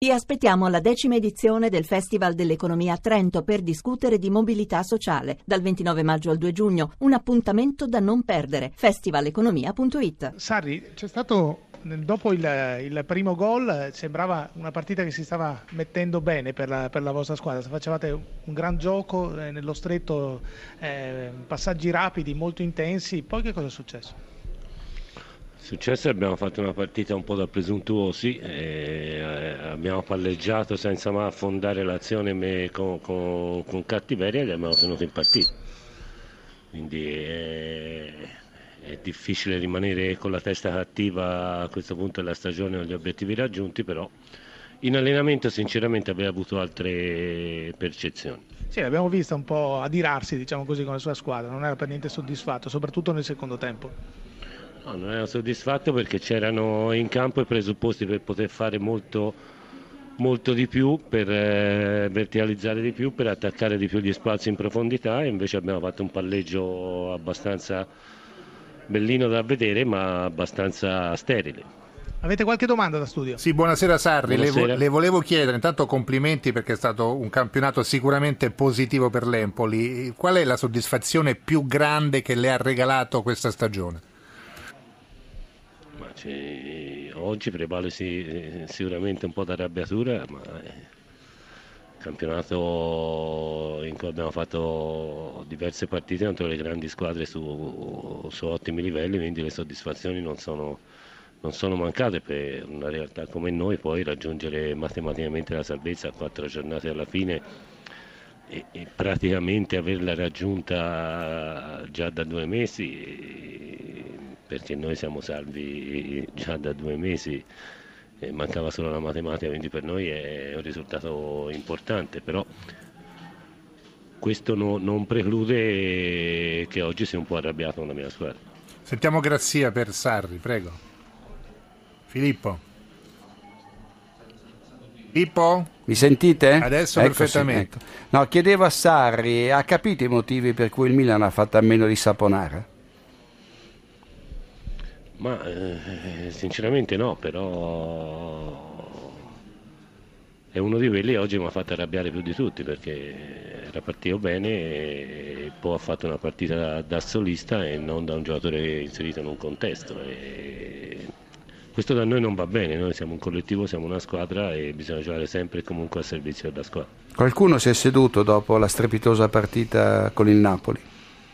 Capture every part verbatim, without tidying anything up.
Vi aspettiamo alla decima edizione del Festival dell'Economia a Trento per discutere di mobilità sociale. Dal ventinove maggio al due giugno, un appuntamento da non perdere. festivaleconomia punto it. Sarri, c'è stato, dopo il, il primo gol, sembrava una partita che si stava mettendo bene per la, per la vostra squadra. Facevate un gran gioco eh, nello stretto, eh, passaggi rapidi, molto intensi. Poi che cosa è successo? È successo che abbiamo fatto una partita un po' da presuntuosi, eh, abbiamo palleggiato senza mai affondare l'azione me, con, con, con cattiveria e li abbiamo tenuti in partita. Quindi è, è difficile rimanere con la testa cattiva a questo punto della stagione con gli obiettivi raggiunti, però in allenamento sinceramente aveva avuto altre percezioni. Sì, l'abbiamo vista un po' adirarsi, diciamo così, con la sua squadra, non era per niente soddisfatto, soprattutto nel secondo tempo. No, non ero soddisfatto perché c'erano in campo i presupposti per poter fare molto, molto di più, per eh, verticalizzare di più, per attaccare di più gli spazi in profondità, e invece abbiamo fatto un palleggio abbastanza bellino da vedere ma abbastanza sterile. Avete qualche domanda da studio? Sì, buonasera Sarri, Buonasera. Le, vo- le volevo chiedere, intanto complimenti perché è stato un campionato sicuramente positivo per l'Empoli. Qual è la soddisfazione più grande che le ha regalato questa stagione? Cioè, oggi prevale sì, sicuramente un po' di arrabbiatura, ma è un campionato in cui abbiamo fatto diverse partite contro le grandi squadre su, su ottimi livelli, quindi le soddisfazioni non sono, non sono mancate per una realtà come noi. Poi raggiungere matematicamente la salvezza a quattro giornate alla fine e, e praticamente averla raggiunta già da due mesi, perché noi siamo salvi già da due mesi, eh, mancava solo la matematica, quindi per noi è un risultato importante, però questo no, non preclude che oggi sia un po' arrabbiato con la mia squadra. Sentiamo Grazia per Sarri, prego. Filippo? Filippo? Mi sentite? Adesso Ecco, perfettamente. sì, ecco. No, chiedevo a Sarri, ha capito i motivi per cui il Milan ha fatto a meno di Saponara? Ma eh, sinceramente no, però è uno di quelli che oggi mi ha fatto arrabbiare più di tutti, perché era partito bene e poi ha fatto una partita da, da solista e non da un giocatore inserito in un contesto. E questo da noi non va bene, noi siamo un collettivo, siamo una squadra e bisogna giocare sempre e comunque a servizio della squadra. Qualcuno si è seduto dopo la strepitosa partita con il Napoli?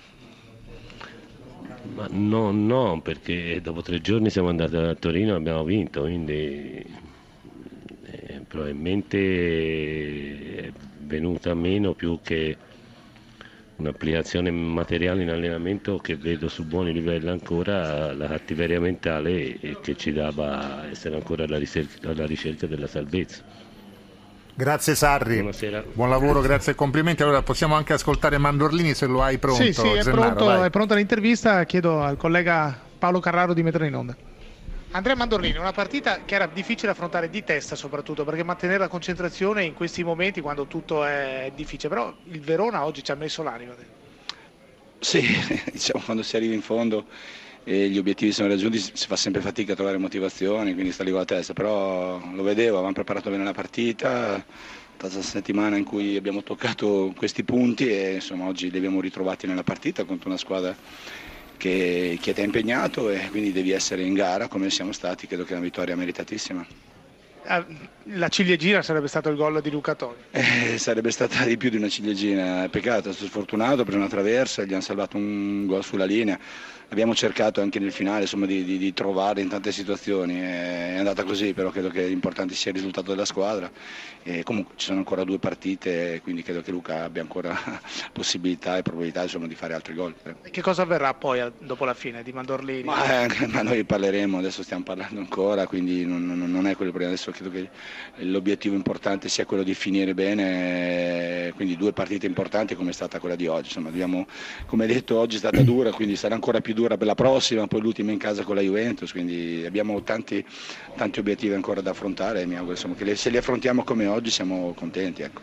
Ma no, no, perché dopo tre giorni siamo andati a Torino e abbiamo vinto, quindi eh, probabilmente è venuta meno più che un'applicazione materiale in allenamento, che vedo su buoni livelli ancora, la cattiveria mentale e che ci dava essere ancora alla ricerca, alla ricerca della salvezza. Grazie Sarri, Buonasera. Buon lavoro, grazie e complimenti. Allora possiamo anche ascoltare Mandorlini, se lo hai pronto. Sì, sì, è, Zennaro, pronto, è pronta l'intervista. Chiedo al collega Paolo Carraro di mettere in onda. Andrea Mandorlini, una partita che era difficile affrontare di testa soprattutto, perché mantenere la concentrazione in questi momenti quando tutto è difficile, però il Verona oggi ci ha messo l'anima. Sì, diciamo, quando si arriva in fondo e gli obiettivi sono raggiunti si fa sempre fatica a trovare motivazioni, quindi sta lì con la testa, però lo vedevo, avevamo preparato bene la partita, è stata una settimana in cui abbiamo toccato questi punti e insomma oggi li abbiamo ritrovati nella partita contro una squadra che, che ti ha impegnato, e quindi devi essere in gara come siamo stati. Credo che è una vittoria meritatissima. La ciliegina sarebbe stato il gol di Luca Toni. Eh, sarebbe stata di più di una ciliegina, peccato, è stato sfortunato, ha preso una traversa, gli hanno salvato un gol sulla linea. Abbiamo cercato anche nel finale insomma, di, di, di trovare in tante situazioni, è andata così, però credo che l'importante sia il risultato della squadra. E comunque ci sono ancora due partite, quindi credo che Luca abbia ancora possibilità e probabilità insomma, di fare altri gol. E che cosa avverrà poi dopo la fine di Mandorlini? Ma, eh, ma noi parleremo, adesso stiamo parlando ancora, quindi non, non, non è quello il problema. Adesso credo che l'obiettivo importante sia quello di finire bene, quindi due partite importanti come è stata quella di oggi. Insomma, dobbiamo, come detto, oggi è stata dura, quindi sarà ancora più dura per la prossima, poi l'ultima in casa con la Juventus, quindi abbiamo tanti, tanti obiettivi ancora da affrontare e mi auguro insomma, che se li affrontiamo come oggi siamo contenti. Ecco.